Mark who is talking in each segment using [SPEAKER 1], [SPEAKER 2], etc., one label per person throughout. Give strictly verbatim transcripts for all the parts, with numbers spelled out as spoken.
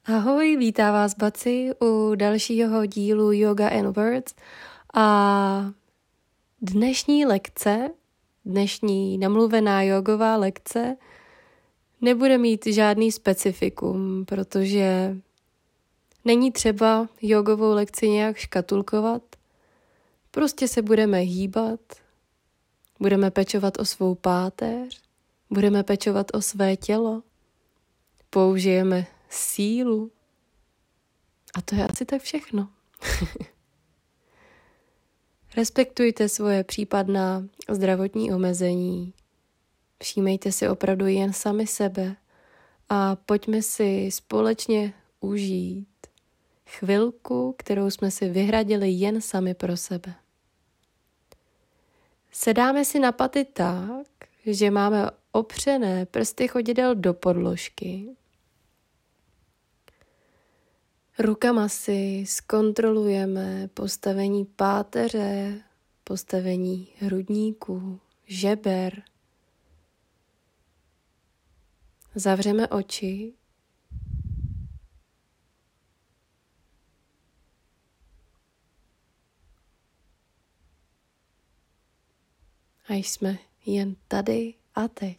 [SPEAKER 1] Ahoj, vítá vás Baci u dalšího dílu Yoga and Words a dnešní lekce, dnešní namluvená jogová lekce nebude mít žádný specifikum, protože není třeba jogovou lekci nějak škatulkovat, prostě se budeme hýbat, budeme pečovat o svou páteř, budeme pečovat o své tělo, použijeme sílu. A to je asi tak všechno. Respektujte svoje případná zdravotní omezení. Všímejte si opravdu jen sami sebe a pojďme si společně užít chvilku, kterou jsme si vyhradili jen sami pro sebe. Sedáme si na paty tak, že máme opřené prsty chodidel do podložky. Rukama si zkontrolujeme postavení páteře, postavení hrudníku, žeber. Zavřeme oči. A jsme jen tady a teď.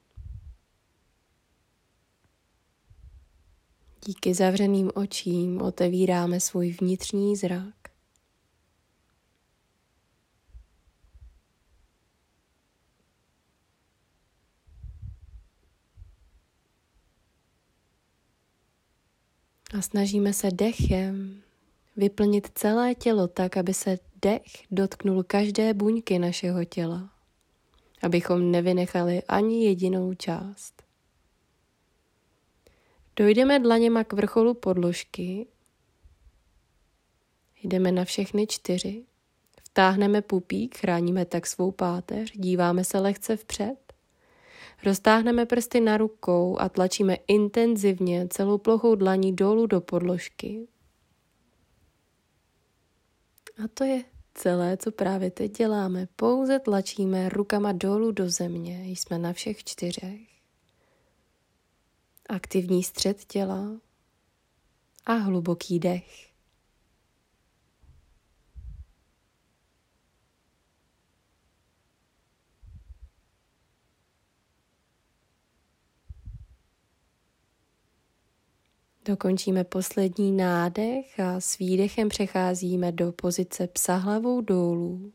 [SPEAKER 1] Díky zavřeným očím otevíráme svůj vnitřní zrak. A snažíme se dechem vyplnit celé tělo tak, aby se dech dotknul každé buňky našeho těla, abychom nevynechali ani jedinou část. Dojdeme dlaněma k vrcholu podložky, jdeme na všechny čtyři, vtáhneme pupík, chráníme tak svou páteř, díváme se lehce vpřed, roztáhneme prsty na rukou a tlačíme intenzivně celou plochou dlaní dolů do podložky. A to je celé, co právě teď děláme. Pouze tlačíme rukama dolů do země, jsme na všech čtyřech. Aktivní střed těla a hluboký dech. Dokončíme poslední nádech a s výdechem přecházíme do pozice psa hlavou dolů.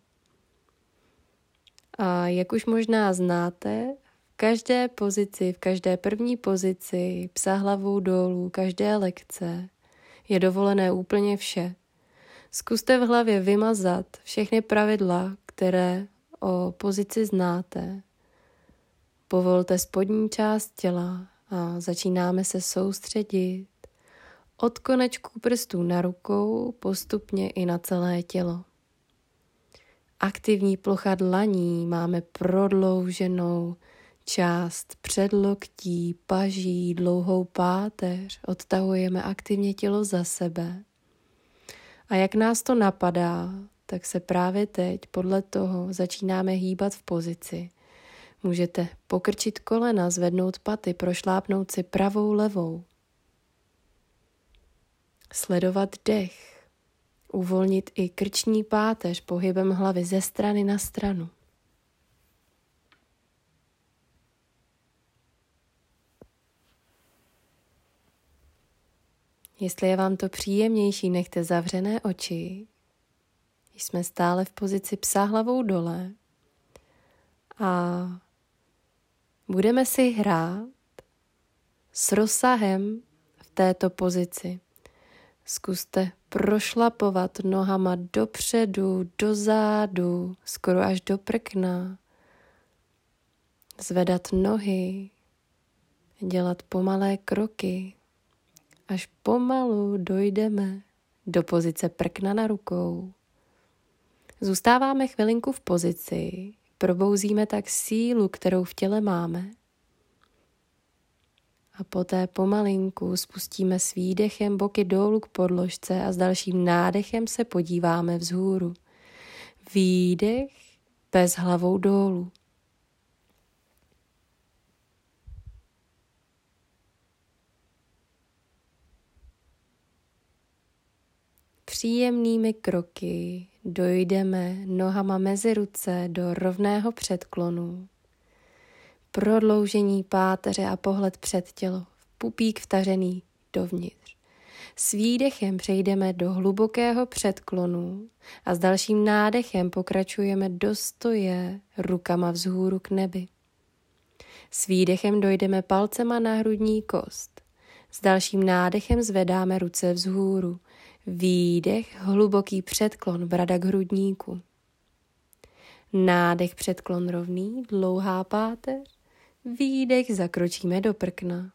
[SPEAKER 1] A jak už možná znáte, v každé pozici, v každé první pozici psa hlavou dolů, každé lekce je dovolené úplně vše. Zkuste v hlavě vymazat všechny pravidla, které o pozici znáte. Povolte spodní část těla a začínáme se soustředit od konečků prstů na rukou postupně i na celé tělo. Aktivní plocha dlaní máme prodlouženou část předloktí, paží, dlouhou páteř, odtahujeme aktivně tělo za sebe. A jak nás to napadá, tak se právě teď podle toho začínáme hýbat v pozici. Můžete pokrčit kolena, zvednout paty, prošlápnout si pravou, levou. Sledovat dech, uvolnit i krční páteř pohybem hlavy ze strany na stranu. Jestli je vám to příjemnější, nechte zavřené oči. Jsme stále v pozici psa hlavou dole a budeme si hrát s rozsahem v této pozici. Zkuste prošlapovat nohama dopředu, dozadu, skoro až do prkna. Zvedat nohy, dělat pomalé kroky, až pomalu dojdeme do pozice prkna na rukou. Zůstáváme chvilinku v pozici, probouzíme tak sílu, kterou v těle máme. A poté pomalinku spustíme s výdechem boky dolů k podložce a s dalším nádechem se podíváme vzhůru. Výdech bez hlavou dolů. příjemnými kroky dojdeme nohama mezi ruce do rovného předklonu. Prodloužení páteře a pohled před tělo, pupík vtažený dovnitř. S výdechem přejdeme do hlubokého předklonu a s dalším nádechem pokračujeme do stoje rukama vzhůru k nebi. S výdechem dojdeme palcema na hrudní kost. S dalším nádechem zvedáme ruce vzhůru. Výdech, hluboký předklon, brada k hrudníku. Nádech, předklon rovný, dlouhá páteř. Výdech, zakročíme do prkna.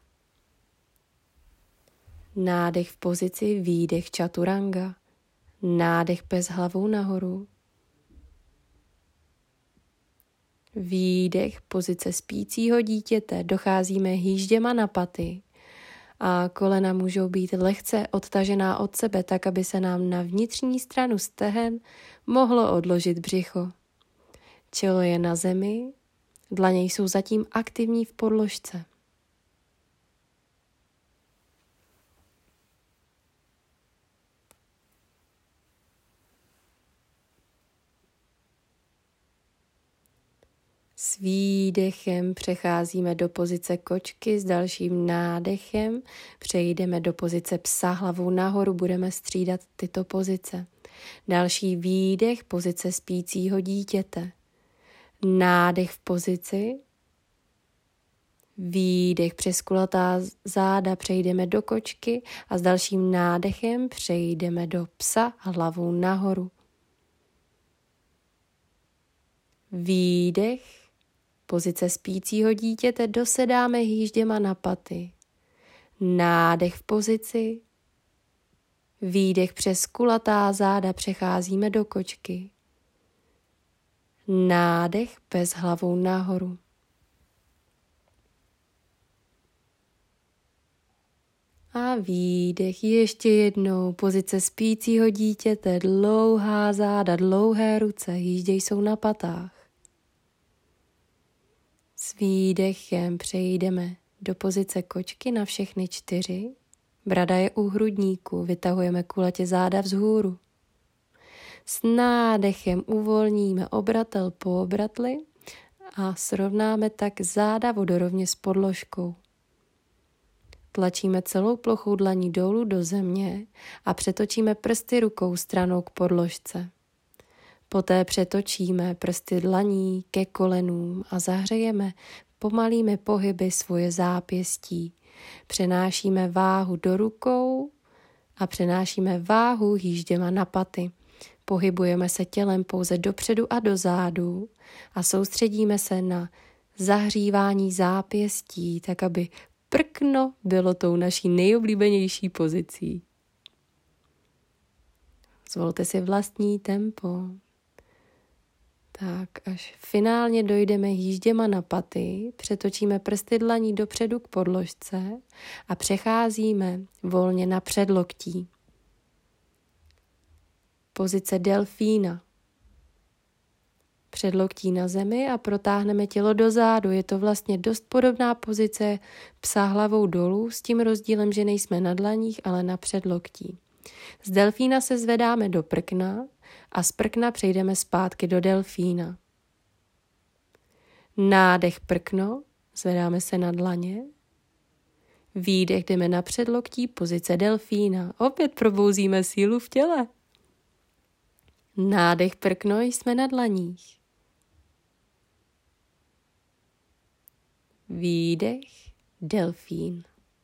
[SPEAKER 1] Nádech v pozici, výdech čaturanga. Nádech pes hlavou nahoru. Výdech, pozice spícího dítěte, docházíme hýžděma na paty a kolena můžou být lehce odtažená od sebe, tak aby se nám na vnitřní stranu stehen mohlo odložit břicho. Čelo je na zemi, dlaně jsou zatím aktivní v podložce. S výdechem přecházíme do pozice kočky, s dalším nádechem přejdeme do pozice psa hlavou nahoru, budeme střídat tyto pozice. Další výdech, pozice spícího dítěte. Nádech v pozici, výdech přes kulatá záda přejdeme do kočky a s dalším nádechem přejdeme do psa hlavou nahoru. Výdech, pozice spícího dítěte, dosedáme hýžděma na paty. Nádech v pozici, výdech přes kulatá záda přecházíme do kočky. Nádech bez hlavou nahoru. A výdech ještě jednou, pozice spícího dítěte, dlouhá záda, dlouhé ruce, hýžděj jsou na patách. S výdechem přejdeme do pozice kočky na všechny čtyři. Brada je u hrudníku, vytahujeme kulatě záda vzhůru. S nádechem uvolníme obratel po obratli a srovnáme tak záda vodorovně s podložkou. Tlačíme celou plochou dlaní dolů do země a přetočíme prsty rukou stranou k podložce. Poté přetočíme prsty dlaní ke kolenům a zahřejeme pomalými pohyby svoje zápěstí. Přenášíme váhu do rukou a přenášíme váhu hýžděma na paty. Pohybujeme se tělem pouze dopředu a dozadu a soustředíme se na zahřívání zápěstí, tak aby prkno bylo tou naší nejoblíbenější pozicí. Zvolte si vlastní tempo. Tak až finálně dojdeme hýžděma na paty, přetočíme prsty dlaní dopředu k podložce a přecházíme volně na předloktí. Pozice delfína. Předloktí na zemi a protáhneme tělo dozadu. Je to vlastně dost podobná pozice psa hlavou dolů, s tím rozdílem, že nejsme na dlaních, ale na předloktí. Z delfína se zvedáme do prkna a z prkna přejdeme zpátky do delfína. Nádech prkno, zvedáme se na dlaně. Výdech jdeme na předloktí, pozice delfína. Opět probouzíme sílu v těle. Nádech prkno, jsme na dlaních. Výdech, delfín.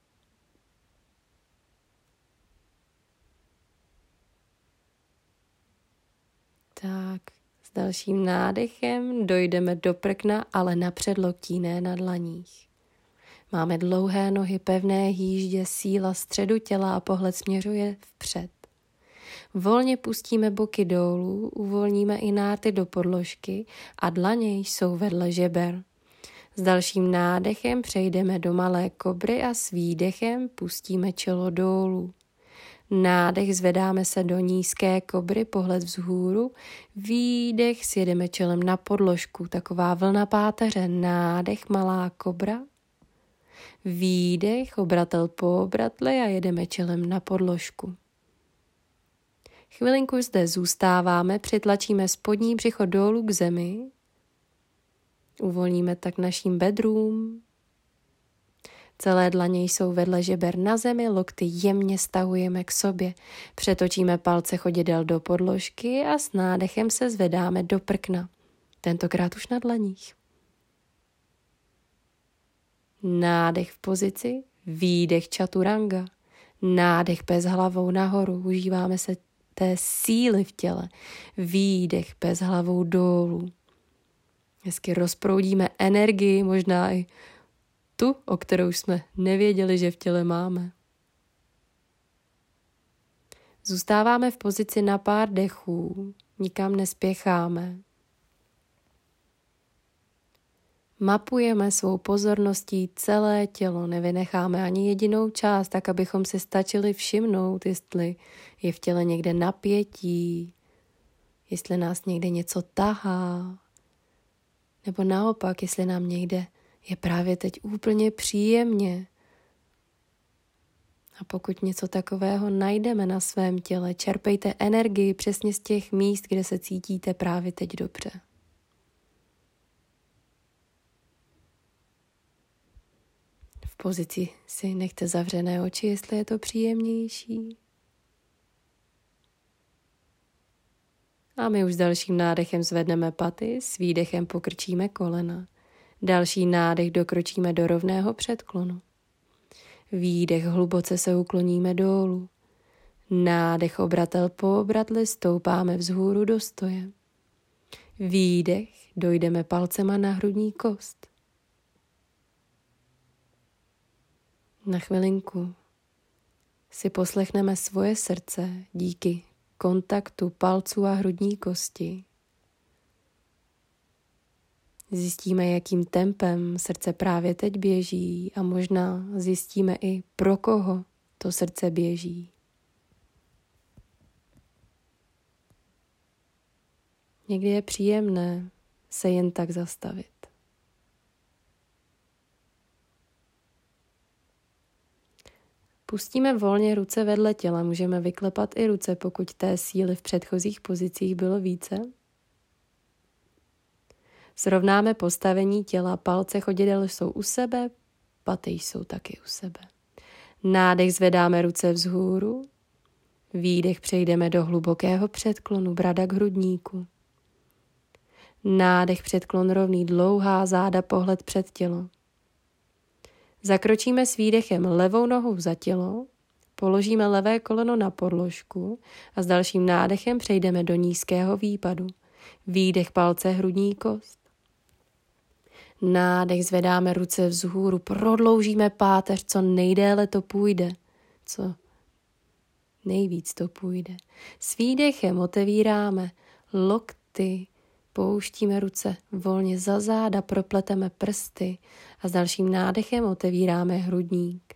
[SPEAKER 1] Tak, s dalším nádechem dojdeme do prkna, ale na předloktí, ne na dlaních. Máme dlouhé nohy, pevné hýždě, síla středu těla a pohled směřuje vpřed. Volně pustíme boky dolů, uvolníme i nárty do podložky a dlaně jsou vedle žeber. S dalším nádechem přejdeme do malé kobry a s výdechem pustíme čelo dolů. Nádech, zvedáme se do nízké kobry, pohled vzhůru. Výdech, sjedeme čelem na podložku, taková vlna páteře. Nádech, malá kobra. Výdech, obratel po obratli a jedeme čelem na podložku. Chvilinku zde zůstáváme, přitlačíme spodní břicho dolů k zemi, uvolníme tak naším bedrům. Celé dlaně jsou vedle žeber na zemi, lokty jemně stahujeme k sobě. Přetočíme palce chodidel do podložky a s nádechem se zvedáme do prkna. Tentokrát už na dlaních. Nádech v pozici, výdech chaturanga. Nádech bez hlavou nahoru, užíváme se té síly v těle. Výdech bez hlavou dolů. Hezky rozproudíme energii, možná i tu, o kterou jsme nevěděli, že v těle máme. Zůstáváme v pozici na pár dechů, nikam nespěcháme. Mapujeme svou pozorností celé tělo, nevynecháme ani jedinou část, tak abychom si stačili všimnout, jestli je v těle někde napětí, jestli nás někde něco tahá, nebo naopak, jestli nám někde je právě teď úplně příjemně. A pokud něco takového najdeme na svém těle, čerpejte energii přesně z těch míst, kde se cítíte právě teď dobře. V pozici si nechte zavřené oči, jestli je to příjemnější. A my už s dalším nádechem zvedneme paty, s výdechem pokrčíme kolena. Další nádech dokročíme do rovného předklonu. Výdech hluboce se ukloníme dolů. Nádech obratel po obratli stoupáme vzhůru do stoje. Výdech dojdeme palcema na hrudní kost. Na chvilinku si poslechneme svoje srdce díky kontaktu palců a hrudní kosti. Zjistíme, jakým tempem srdce právě teď běží a možná zjistíme i, pro koho to srdce běží. Někdy je příjemné se jen tak zastavit. Pustíme volně ruce vedle těla, můžeme vyklepat i ruce, pokud té síly v předchozích pozicích bylo více. Srovnáme postavení těla, palce chodidel jsou u sebe, paty jsou taky u sebe. Nádech zvedáme ruce vzhůru, výdech přejdeme do hlubokého předklonu, brada k hrudníku. Nádech předklon rovný, dlouhá záda, pohled před tělo. Zakročíme s výdechem levou nohou za tělo, položíme levé koleno na podložku a s dalším nádechem přejdeme do nízkého výpadu. Výdech palce, hrudní kost. Nádech zvedáme ruce vzhůru, prodloužíme páteř, co nejdéle to půjde, co nejvíc to půjde. S výdechem otevíráme lokty, pouštíme ruce volně za záda, propleteme prsty a s dalším nádechem otevíráme hrudník.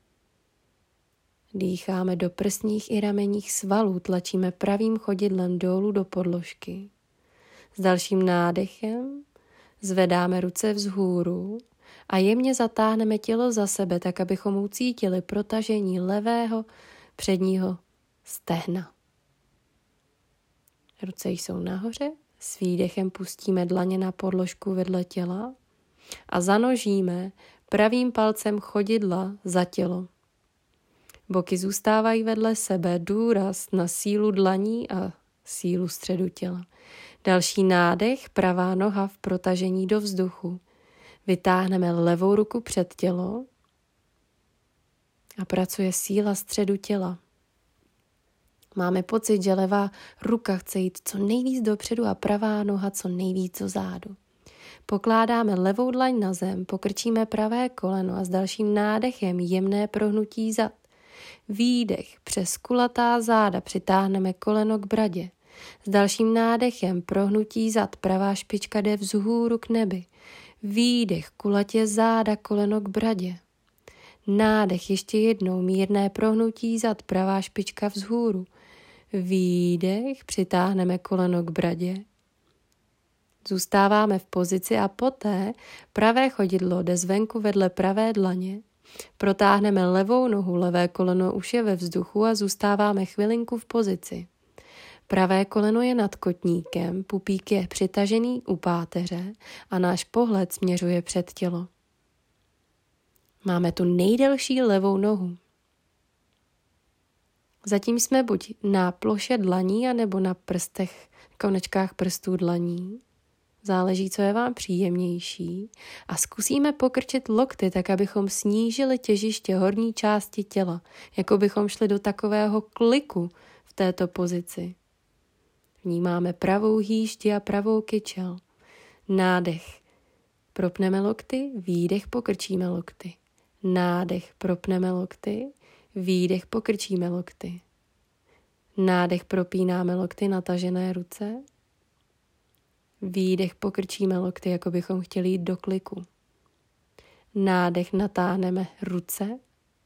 [SPEAKER 1] Dýcháme do prsních i ramenních svalů, tlačíme pravým chodidlem dolů do podložky. S dalším nádechem zvedáme ruce vzhůru a jemně zatáhneme tělo za sebe, tak abychom ucítili protažení levého předního stehna. Ruce jsou nahoře, s výdechem pustíme dlaně na podložku vedle těla a zanožíme pravým palcem chodidla za tělo. Boky zůstávají vedle sebe, důraz na sílu dlaní a sílu středu těla. Další nádech, pravá noha v protažení do vzduchu. Vytáhneme levou ruku před tělo a pracuje síla středu těla. Máme pocit, že levá ruka chce jít co nejvíc dopředu a pravá noha co nejvíc dozadu. Pokládáme levou dlaň na zem, pokrčíme pravé koleno a s dalším nádechem jemné prohnutí zad. Výdech přes kulatá záda přitáhneme koleno k bradě. S dalším nádechem prohnutí zad, pravá špička jde vzhůru k nebi. Výdech, kulatě záda, koleno k bradě. Nádech ještě jednou, mírné prohnutí zad, pravá špička vzhůru. Výdech, přitáhneme koleno k bradě. Zůstáváme v pozici a poté pravé chodidlo jde zvenku vedle pravé dlaně. Protáhneme levou nohu, levé koleno už je ve vzduchu a zůstáváme chvilinku v pozici. Pravé koleno je nad kotníkem, pupík je přitažený u páteře a náš pohled směřuje před tělo. Máme tu nejdelší levou nohu. Zatím jsme buď na ploše dlaní, anebo na prstech, konečkách prstů dlaní. Záleží, co je vám příjemnější. A zkusíme pokrčit lokty, tak abychom snížili těžiště horní části těla, jako bychom šli do takového kliku v této pozici. Vnímáme pravou hýždi a pravou kyčel. Nádech. Propneme lokty, výdech, pokrčíme lokty. Nádech, propneme lokty, výdech, pokrčíme lokty. Nádech, propínáme lokty, natažené ruce. Výdech, pokrčíme lokty, jako bychom chtěli jít do kliku. Nádech, natáhneme ruce.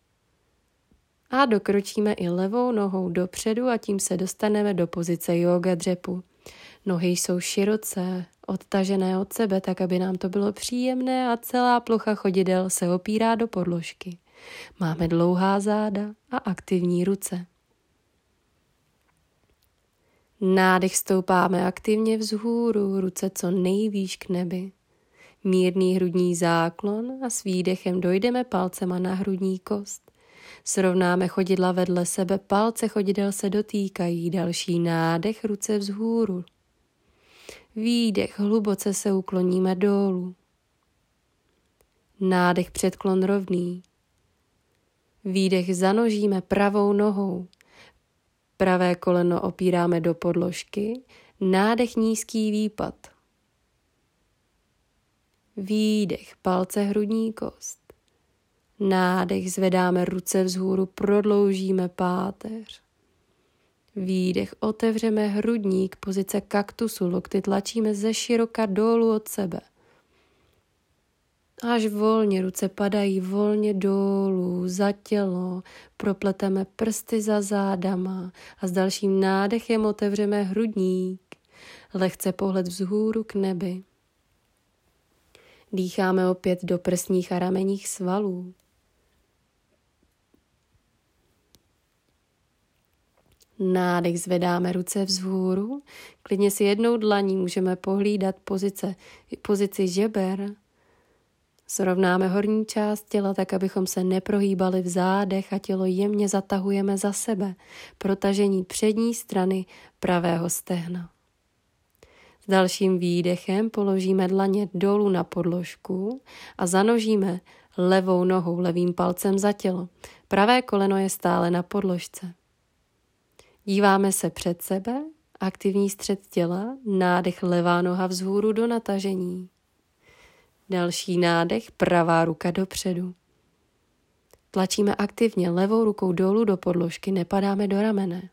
[SPEAKER 1] A dokročíme i levou nohou dopředu a tím se dostaneme do pozice jóga dřepu. Nohy jsou široce odtažené od sebe, tak aby nám to bylo příjemné a celá plocha chodidel se opírá do podložky. Máme dlouhá záda a aktivní ruce. Nádech, stoupáme aktivně vzhůru, ruce co nejvýš k nebi. Mírný hrudní záklon a s výdechem dojdeme palcema na hrudní kost. Srovnáme chodidla vedle sebe, palce chodidel se dotýkají, další nádech, ruce vzhůru. Výdech, hluboce se ukloníme dolů. Nádech, předklon rovný. Výdech, zanožíme pravou nohou. Pravé koleno opíráme do podložky, nádech, nízký výpad. Výdech, palce, hrudní kost. Nádech, zvedáme ruce vzhůru, prodloužíme páteř. Výdech, otevřeme hrudník, pozice kaktusu, lokty tlačíme ze široka dolů od sebe. Až volně ruce padají volně dolů, za tělo, propleteme prsty za zádama a s dalším nádechem otevřeme hrudník, lehce pohled vzhůru k nebi. Dýcháme opět do prsních a ramenních svalů. Nádech, zvedáme ruce vzhůru, klidně si jednou dlaní můžeme pohlídat pozice, pozici žeber. Srovnáme horní část těla tak, abychom se neprohýbali v zádech a tělo jemně zatahujeme za sebe, protažení přední strany pravého stehna. S dalším výdechem položíme dlaně dolů na podložku a zanožíme levou nohou, levým palcem za tělo. Pravé koleno je stále na podložce. Díváme se před sebe, aktivní střed těla, nádech, levá noha vzhůru do natažení. Další nádech, pravá ruka dopředu. Tlačíme aktivně levou rukou dolů do podložky, nepadáme do ramene.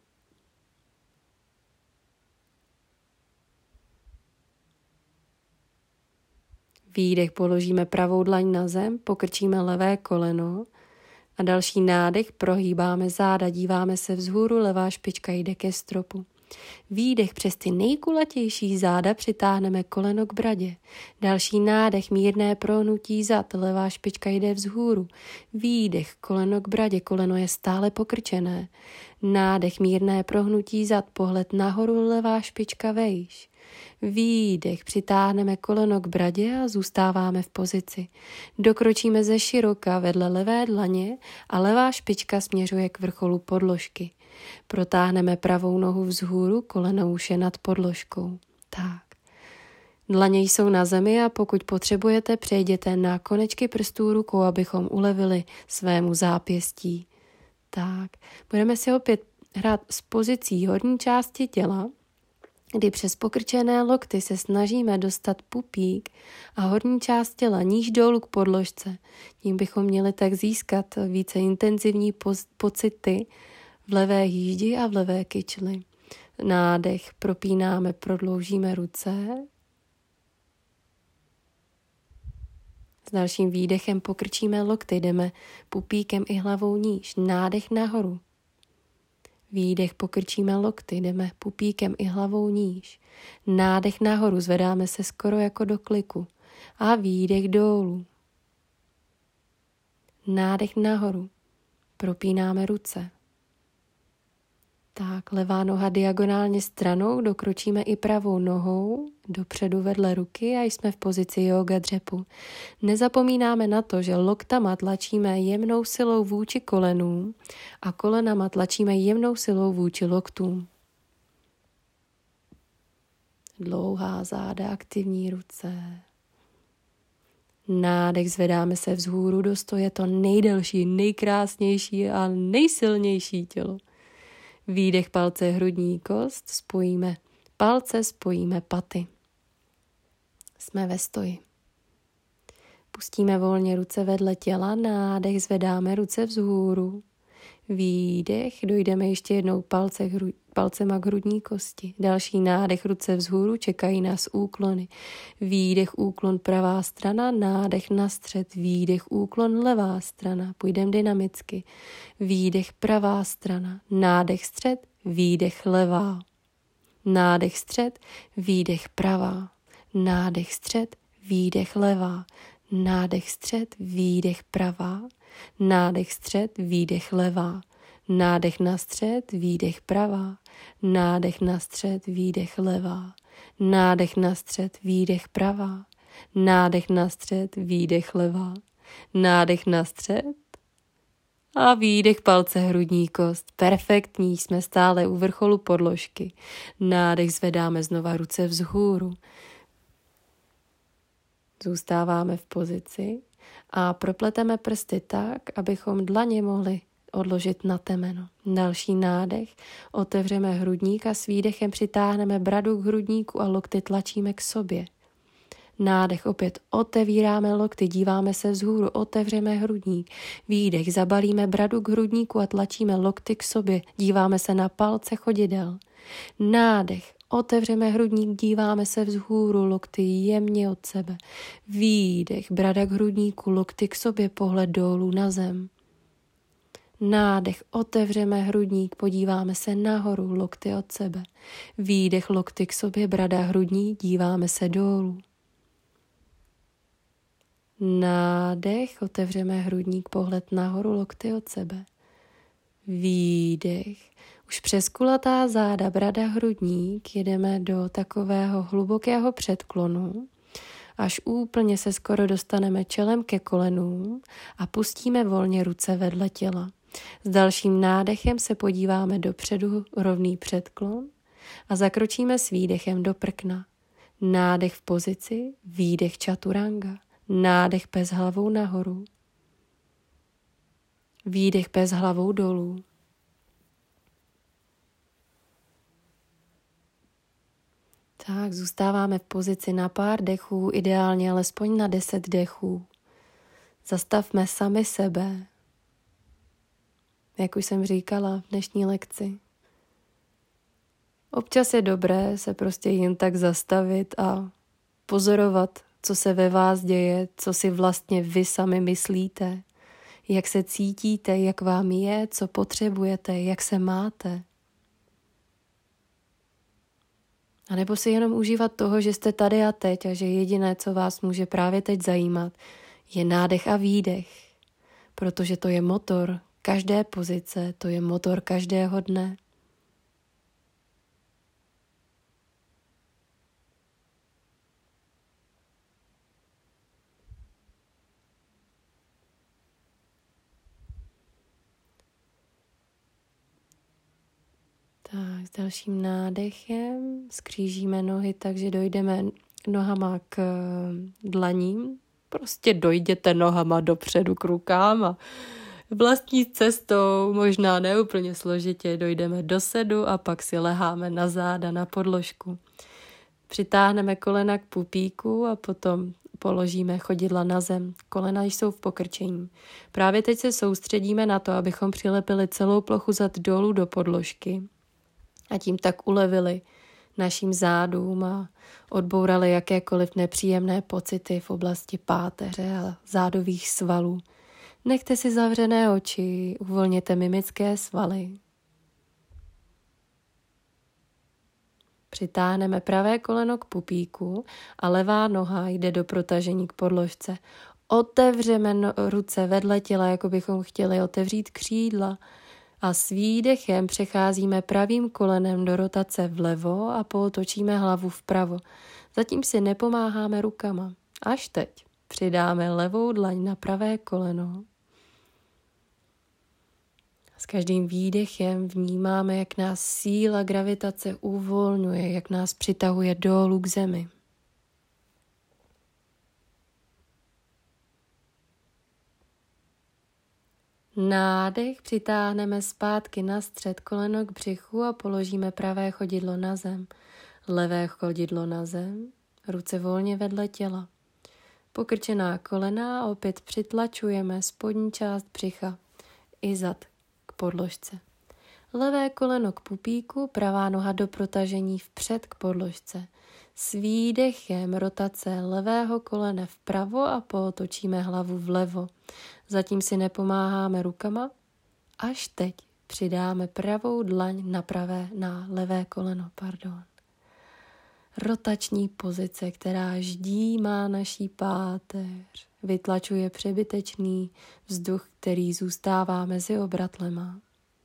[SPEAKER 1] Výdech, položíme pravou dlaň na zem, pokrčíme levé koleno a další nádech, prohýbáme záda, díváme se vzhůru, levá špička jde ke stropu. Výdech, přes ty nejkulatější záda přitáhneme koleno k bradě. Další nádech, mírné prohnutí zad, levá špička jde vzhůru. Výdech, koleno k bradě, koleno je stále pokrčené. Nádech, mírné prohnutí zad, pohled nahoru, levá špička vejš. Výdech, přitáhneme koleno k bradě a zůstáváme v pozici. Dokročíme ze široka vedle levé dlaně a levá špička směřuje k vrcholu podložky. Protáhneme pravou nohu vzhůru, koleno už je nad podložkou. Tak. Dlaně jsou na zemi a pokud potřebujete, přejděte na konečky prstů rukou, abychom ulevili svému zápěstí. Tak. Budeme si opět hrát s pozicí horní části těla, kdy přes pokrčené lokty se snažíme dostat pupík a horní část těla níž dolů k podložce. Tím bychom měli tak získat více intenzivní po- pocity v levé hýždi a v levé kyčli. Nádech, propínáme, prodloužíme ruce. S dalším výdechem pokrčíme lokty, jdeme pupíkem i hlavou níž. Nádech nahoru. Výdech, pokrčíme lokty, jdeme pupíkem i hlavou níž. Nádech nahoru, zvedáme se skoro jako do kliku. A výdech dolů. Nádech nahoru, propínáme ruce. Tak, levá noha diagonálně stranou, dokročíme i pravou nohou dopředu vedle ruky a jsme v pozici yoga dřepu. Nezapomínáme na to, že loktama tlačíme jemnou silou vůči kolenům a kolenama tlačíme jemnou silou vůči loktům. Dlouhá záda, aktivní ruce. Nádech, zvedáme se vzhůru do stoje, to nejdelší, nejkrásnější a nejsilnější tělo. Výdech, palce, hrudní kost, spojíme palce, spojíme paty. Jsme ve stoji. Pustíme volně ruce vedle těla, nádech, zvedáme ruce vzhůru. Výdech, dojdeme ještě jednou palce, hru, palcema k hrudní kosti. Další nádech, ruce vzhůru, čekají nás úklony. Výdech, úklon pravá strana, nádech na střed, výdech, úklon levá strana. Půjdeme dynamicky. Výdech pravá strana, nádech střed, výdech levá. Nádech střed, výdech pravá. Nádech střed, výdech levá. Nádech střed, výdech pravá. Nádech střed, výdech levá. Nádech na střed, výdech pravá. Nádech na střed, výdech levá. Nádech na střed, výdech pravá. Nádech na střed, výdech levá. Nádech na střed a výdech, palce, hrudní kost. Perfektní, jsme stále u vrcholu podložky. Nádech, zvedáme znova ruce vzhůru. Zůstáváme v pozici a propleteme prsty tak, abychom dlaně mohli odložit na temeno. Další nádech, otevřeme hrudník a s výdechem přitáhneme bradu k hrudníku a lokty tlačíme k sobě. Nádech, opět otevíráme lokty, díváme se vzhůru, otevřeme hrudník. Výdech, zabalíme bradu k hrudníku a tlačíme lokty k sobě, díváme se na palce chodidel. Nádech, otevřeme hrudník, díváme se vzhůru, lokty jemně od sebe. Výdech, brada k hrudníku, lokty k sobě, pohled dolů na zem. Nádech, otevřeme hrudník, podíváme se nahoru, lokty od sebe. Výdech, lokty k sobě, brada hrudník, díváme se dolů. Nádech, otevřeme hrudník, pohled nahoru, lokty od sebe. Výdech, už přes kulatá záda, brada, hrudník, jedeme do takového hlubokého předklonu, až úplně se skoro dostaneme čelem ke kolenům a pustíme volně ruce vedle těla. S dalším nádechem se podíváme dopředu, rovný předklon a zakročíme s výdechem do prkna. Nádech v pozici, výdech čaturanga, nádech pes hlavou nahoru, výdech pes hlavou dolů. Tak, zůstáváme v pozici na pár dechů, ideálně alespoň na deset dechů. Zastavme sami sebe, jak už jsem říkala v dnešní lekci. Občas je dobré se prostě jen tak zastavit a pozorovat, co se ve vás děje, co si vlastně vy sami myslíte, jak se cítíte, jak vám je, co potřebujete, jak se máte. A nebo si jenom užívat toho, že jste tady a teď a že jediné, co vás může právě teď zajímat, je nádech a výdech, protože to je motor každé pozice, to je motor každého dne. Tak, s dalším nádechem skřížíme nohy tak, že dojdeme nohama k dlaním. Prostě dojděte nohama dopředu k rukám a vlastní cestou, možná neúplně složitě, dojdeme do sedu a pak si leháme na záda, na podložku. Přitáhneme kolena k pupíku a potom položíme chodidla na zem. Kolena jsou v pokrčení. Právě teď se soustředíme na to, abychom přilepili celou plochu zad dolů do podložky a tím tak ulevili našim zádům a odbourali jakékoliv nepříjemné pocity v oblasti páteře a zádových svalů. Nechte si zavřené oči, uvolněte mimické svaly. Přitáhneme pravé koleno k pupíku a levá noha jde do protažení k podložce. Otevřeme no- ruce vedle těla, jako bychom chtěli otevřít křídla. A s výdechem přecházíme pravým kolenem do rotace vlevo a pootočíme hlavu vpravo. Zatím si nepomáháme rukama. Až teď přidáme levou dlaň na pravé koleno. S každým výdechem vnímáme, jak nás síla gravitace uvolňuje, jak nás přitahuje dolů k zemi. Nádech přitáhneme zpátky na střed koleno k břichu a položíme pravé chodidlo na zem, levé chodidlo na zem, ruce volně vedle těla. Pokrčená kolena a opět přitlačujeme spodní část břicha i zad k podložce. Levé koleno k pupíku, pravá noha do protažení vpřed k podložce. S výdechem rotace levého kolene vpravo a pootočíme hlavu vlevo. Zatím si nepomáháme rukama. Až teď přidáme pravou dlaň na pravé, na levé koleno, pardon. Rotační pozice, která ždímá naší páteř, vytlačuje přebytečný vzduch, který zůstává mezi obratlema.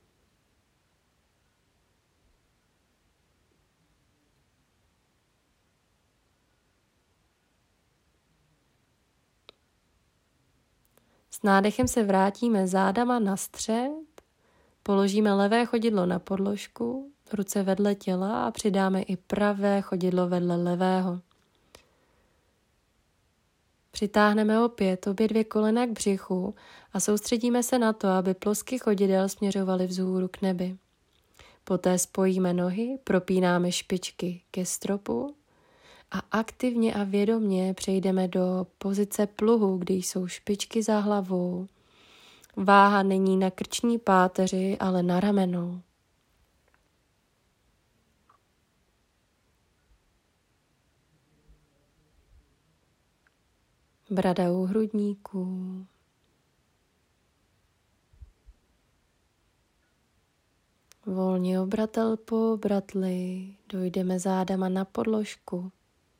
[SPEAKER 1] S nádechem se vrátíme zádama na střed, položíme levé chodidlo na podložku, ruce vedle těla a přidáme i pravé chodidlo vedle levého. Přitáhneme opět obě dvě kolena k břichu a soustředíme se na to, aby plosky chodidel směřovaly vzhůru k nebi. Poté spojíme nohy, propínáme špičky ke stropu a aktivně a vědomně přejdeme do pozice pluhu, kdy jsou špičky za hlavou. Váha není na krční páteři, ale na ramenou. Brada u hrudníků. Volně obratel po obratli, dojdeme zádama na podložku.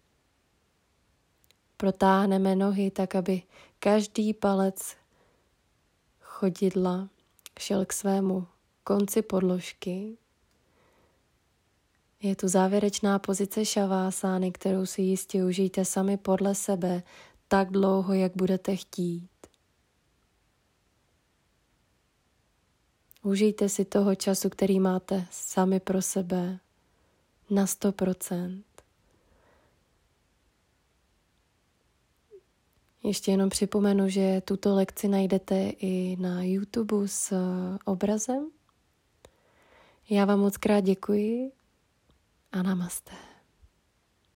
[SPEAKER 1] Protáhneme nohy tak, aby každý palec chodidla šel k svému konci podložky. Je tu závěrečná pozice šavásány, kterou si jistě užijte sami podle sebe tak dlouho, jak budete chtít. Užijte si toho času, který máte sami pro sebe na sto procent. Ještě jenom připomenu, že tuto lekci najdete i na YouTube s obrazem. Já vám moc krát děkuji a namaste.